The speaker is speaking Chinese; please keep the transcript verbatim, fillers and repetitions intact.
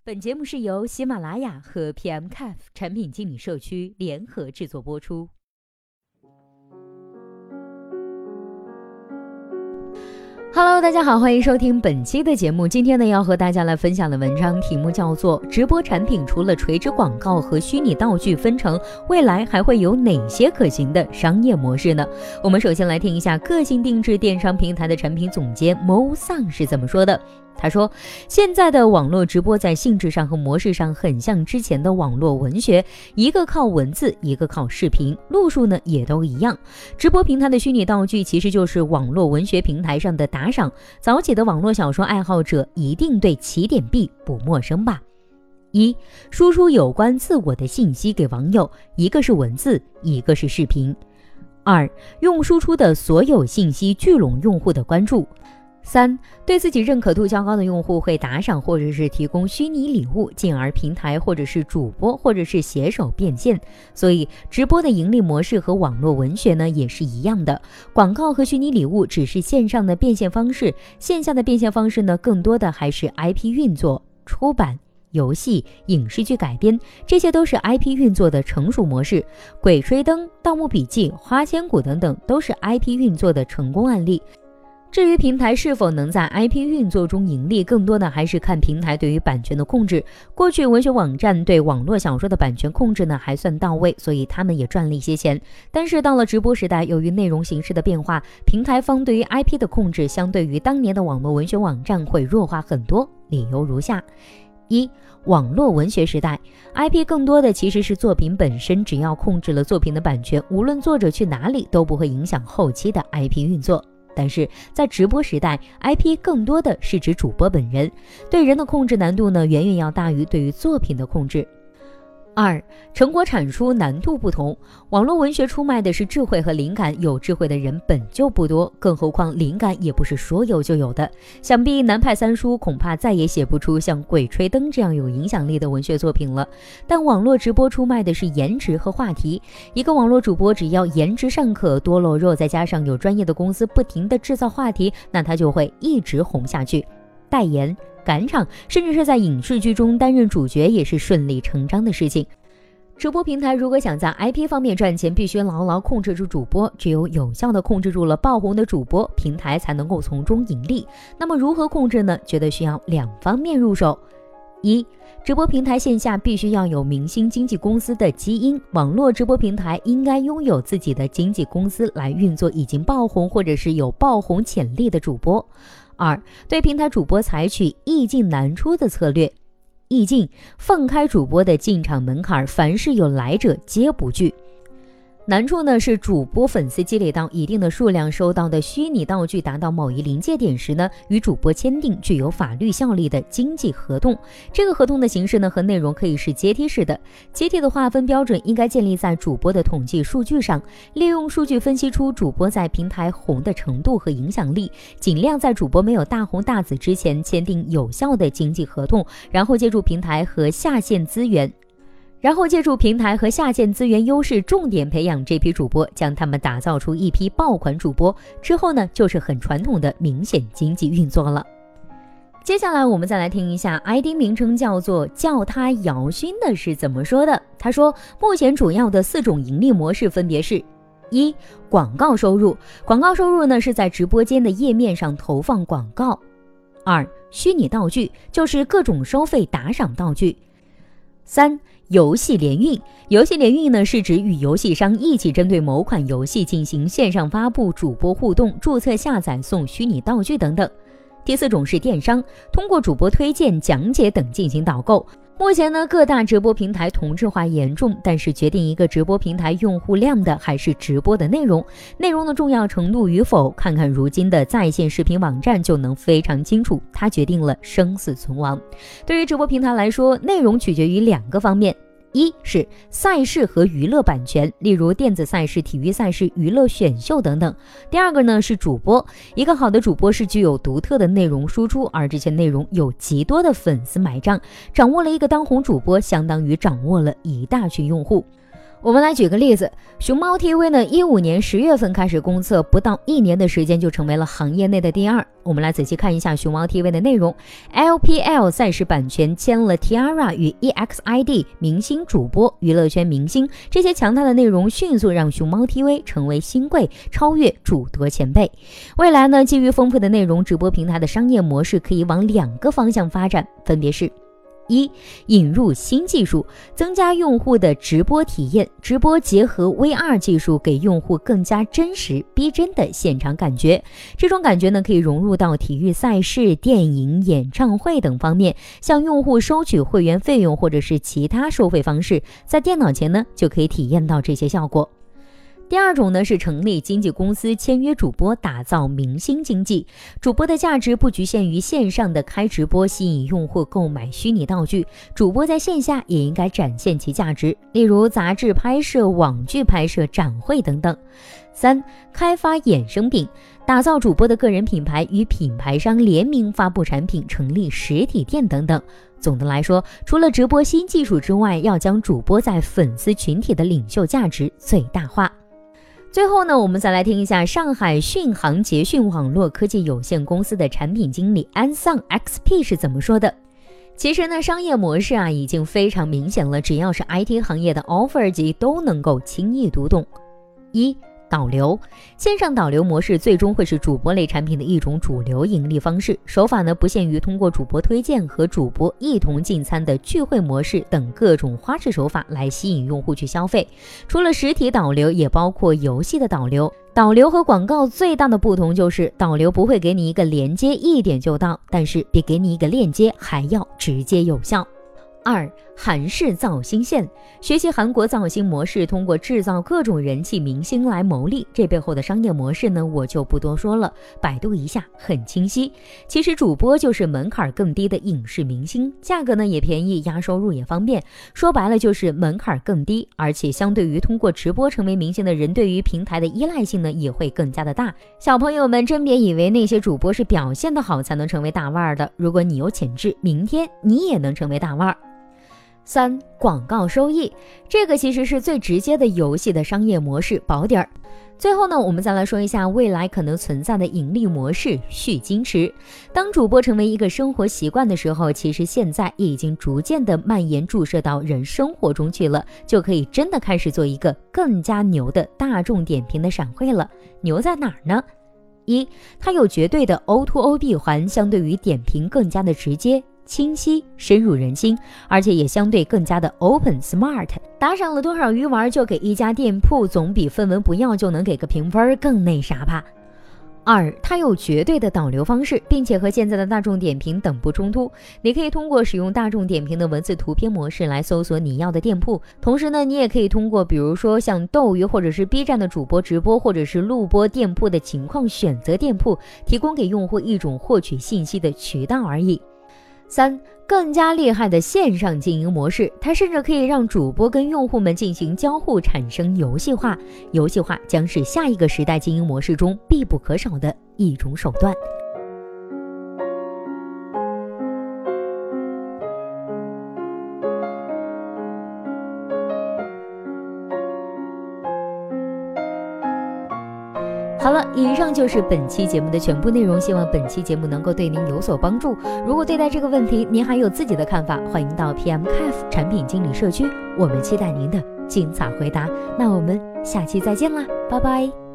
本节目是由喜马拉雅和 P M C A F 产品经理社区联合制作播出。Hello， 大家好，欢迎收听本期的节目。今天呢，要和大家来分享的文章题目叫做《直播产品除了垂直广告和虚拟道具分成，未来还会有哪些可行的商业模式呢？》我们首先来听一下个性定制电商平台的产品总监 Mo Sang 是怎么说的。他说，现在的网络直播在性质上和模式上很像之前的网络文学，一个靠文字，一个靠视频，路数呢也都一样。直播平台的虚拟道具其实就是网络文学平台上的打赏，早起的网络小说爱好者一定对起点币不陌生吧。一、输出有关自我的信息给网友，一个是文字，一个是视频。二、用输出的所有信息聚拢用户的关注。三、对自己认可度较高的用户会打赏或者是提供虚拟礼物，进而平台或者是主播或者是携手变现。所以直播的盈利模式和网络文学呢也是一样的，广告和虚拟礼物只是线上的变现方式，线下的变现方式呢更多的还是 I P 运作、出版、游戏、影视剧改编，这些都是 I P 运作的成熟模式。鬼吹灯、盗墓笔记、花千骨等等都是 I P 运作的成功案例。至于平台是否能在 I P 运作中盈利，更多的还是看平台对于版权的控制。过去文学网站对网络小说的版权控制呢还算到位，所以他们也赚了一些钱。但是到了直播时代，由于内容形式的变化，平台方对于 I P 的控制相对于当年的网络文学网站会弱化很多。理由如下：一、网络文学时代 I P 更多的其实是作品本身，只要控制了作品的版权，无论作者去哪里都不会影响后期的 I P 运作。但是在直播时代 I P 更多的是指主播本人，对人的控制难度呢远远要大于对于作品的控制。二、成果产出难度不同，网络文学出卖的是智慧和灵感，有智慧的人本就不多，更何况灵感也不是说有就有的。想必南派三叔恐怕再也写不出像鬼吹灯这样有影响力的文学作品了。但网络直播出卖的是颜值和话题，一个网络主播只要颜值尚可，多露肉，再加上有专业的公司不停地制造话题，那他就会一直红下去。代言、赶场，甚至是在影视剧中担任主角也是顺理成章的事情。直播平台如果想在 I P 方面赚钱，必须牢牢控制住主播，只有有效地控制住了爆红的主播，平台才能够从中盈利。那么如何控制呢？觉得需要两方面入手。一、直播平台线下必须要有明星经纪公司的基因，网络直播平台应该拥有自己的经纪公司来运作已经爆红或者是有爆红潜力的主播。二、对平台主播采取易进难出的策略。易进，放开主播的进场门槛，凡是有来者皆不惧。难处呢是主播粉丝积累到一定的数量，收到的虚拟道具达到某一临界点时呢，与主播签订具有法律效力的经纪合同。这个合同的形式呢和内容可以是阶梯式的，阶梯的划分标准应该建立在主播的统计数据上，利用数据分析出主播在平台红的程度和影响力，尽量在主播没有大红大紫之前签订有效的经纪合同，然后借助平台和下线资源然后借助平台和下线资源优势，重点培养这批主播，将他们打造出一批爆款主播。之后呢，就是很传统的明显经济运作了。接下来我们再来听一下 I D 名称叫做叫他姚勋的是怎么说的。他说，目前主要的四种盈利模式分别是：一、广告收入，广告收入呢是在直播间的页面上投放广告。二、虚拟道具，就是各种收费打赏道具。三、游戏联运，游戏联运呢是指与游戏商一起针对某款游戏进行线上发布、主播互动、注册下载、送虚拟道具等等。第四种是电商，通过主播推荐、讲解等进行导购。目前呢，各大直播平台同质化严重，但是决定一个直播平台用户量的还是直播的内容，内容的重要程度与否，看看如今的在线视频网站就能非常清楚，它决定了生死存亡。对于直播平台来说，内容取决于两个方面。一是赛事和娱乐版权，例如电子赛事、体育赛事、娱乐选秀等等。第二个呢是主播，一个好的主播是具有独特的内容输出，而这些内容有极多的粉丝买账。掌握了一个当红主播，相当于掌握了一大群用户。 我们来举个例子，熊猫 T V 呢，一五年十月份开始公测，不到一年的时间就成为了行业内的第二。我们来仔细看一下熊猫 T V 的内容。L P L 赛事版权签了 Tiara 与 E X I D 明星主播、娱乐圈明星，这些强大的内容迅速让熊猫 T V 成为新贵，超越主播前辈。未来呢，基于丰富的内容，直播平台的商业模式可以往两个方向发展，分别是一、引入新技术，增加用户的直播体验，直播结合 V R 技术，给用户更加真实逼真的现场感觉。这种感觉呢，可以融入到体育赛事、电影、演唱会等方面，向用户收取会员费用或者是其他收费方式，在电脑前呢就可以体验到这些效果。第二种呢是成立经纪公司，签约主播，打造明星经济。主播的价值不局限于线上的开直播，吸引用户购买虚拟道具，主播在线下也应该展现其价值，例如杂志拍摄、网剧拍摄、展会等等。三、开发衍生品，打造主播的个人品牌，与品牌商联名发布产品，成立实体店等等。总的来说，除了直播新技术之外，要将主播在粉丝群体的领袖价值最大化。最后呢，我们再来听一下上海讯航捷讯网络科技有限公司的产品经理安桑 X P 是怎么说的。其实呢，商业模式啊已经非常明显了，只要是 I T 行业的 offer 级都能够轻易读懂。一、导流，线上导流模式最终会是主播类产品的一种主流盈利方式，手法呢不限于通过主播推荐和主播一同进餐的聚会模式等各种花式手法来吸引用户去消费。除了实体导流，也包括游戏的导流。导流和广告最大的不同就是导流不会给你一个连接一点就到，但是比给你一个链接还要直接有效。二、韩式造星线，学习韩国造星模式，通过制造各种人气明星来牟利。这背后的商业模式呢，我就不多说了，百度一下很清晰。其实主播就是门槛更低的影视明星，价格呢也便宜，压收入也方便。说白了就是门槛更低，而且相对于通过直播成为明星的人，对于平台的依赖性呢也会更加的大。小朋友们真别以为那些主播是表现的好才能成为大腕的，如果你有潜质，明天你也能成为大腕。三、广告收益，这个其实是最直接的游戏的商业模式宝典。最后呢，我们再来说一下未来可能存在的盈利模式蓄金池。当主播成为一个生活习惯的时候，其实现在也已经逐渐的蔓延注射到人生活中去了，就可以真的开始做一个更加牛的大众点评的闪会了。牛在哪儿呢？一、它有绝对的 O to O 闭环，相对于点评更加的直接清晰，深入人心，而且也相对更加的 open smart。 打赏了多少鱼丸就给一家店铺，总比分文不要就能给个评分更那啥吧。二、它有绝对的导流方式，并且和现在的大众点评等不冲突。你可以通过使用大众点评的文字图片模式来搜索你要的店铺，同时呢，你也可以通过比如说像斗鱼或者是 B 站的主播直播或者是录播店铺的情况选择店铺，提供给用户一种获取信息的渠道而已。三、更加厉害的线上经营模式，它甚至可以让主播跟用户们进行交互，产生游戏化。游戏化将是下一个时代经营模式中必不可少的一种手段。好了，以上就是本期节目的全部内容，希望本期节目能够对您有所帮助。如果对待这个问题您还有自己的看法，欢迎到 P M C A F 产品经理社区，我们期待您的精彩回答。那我们下期再见啦，拜拜。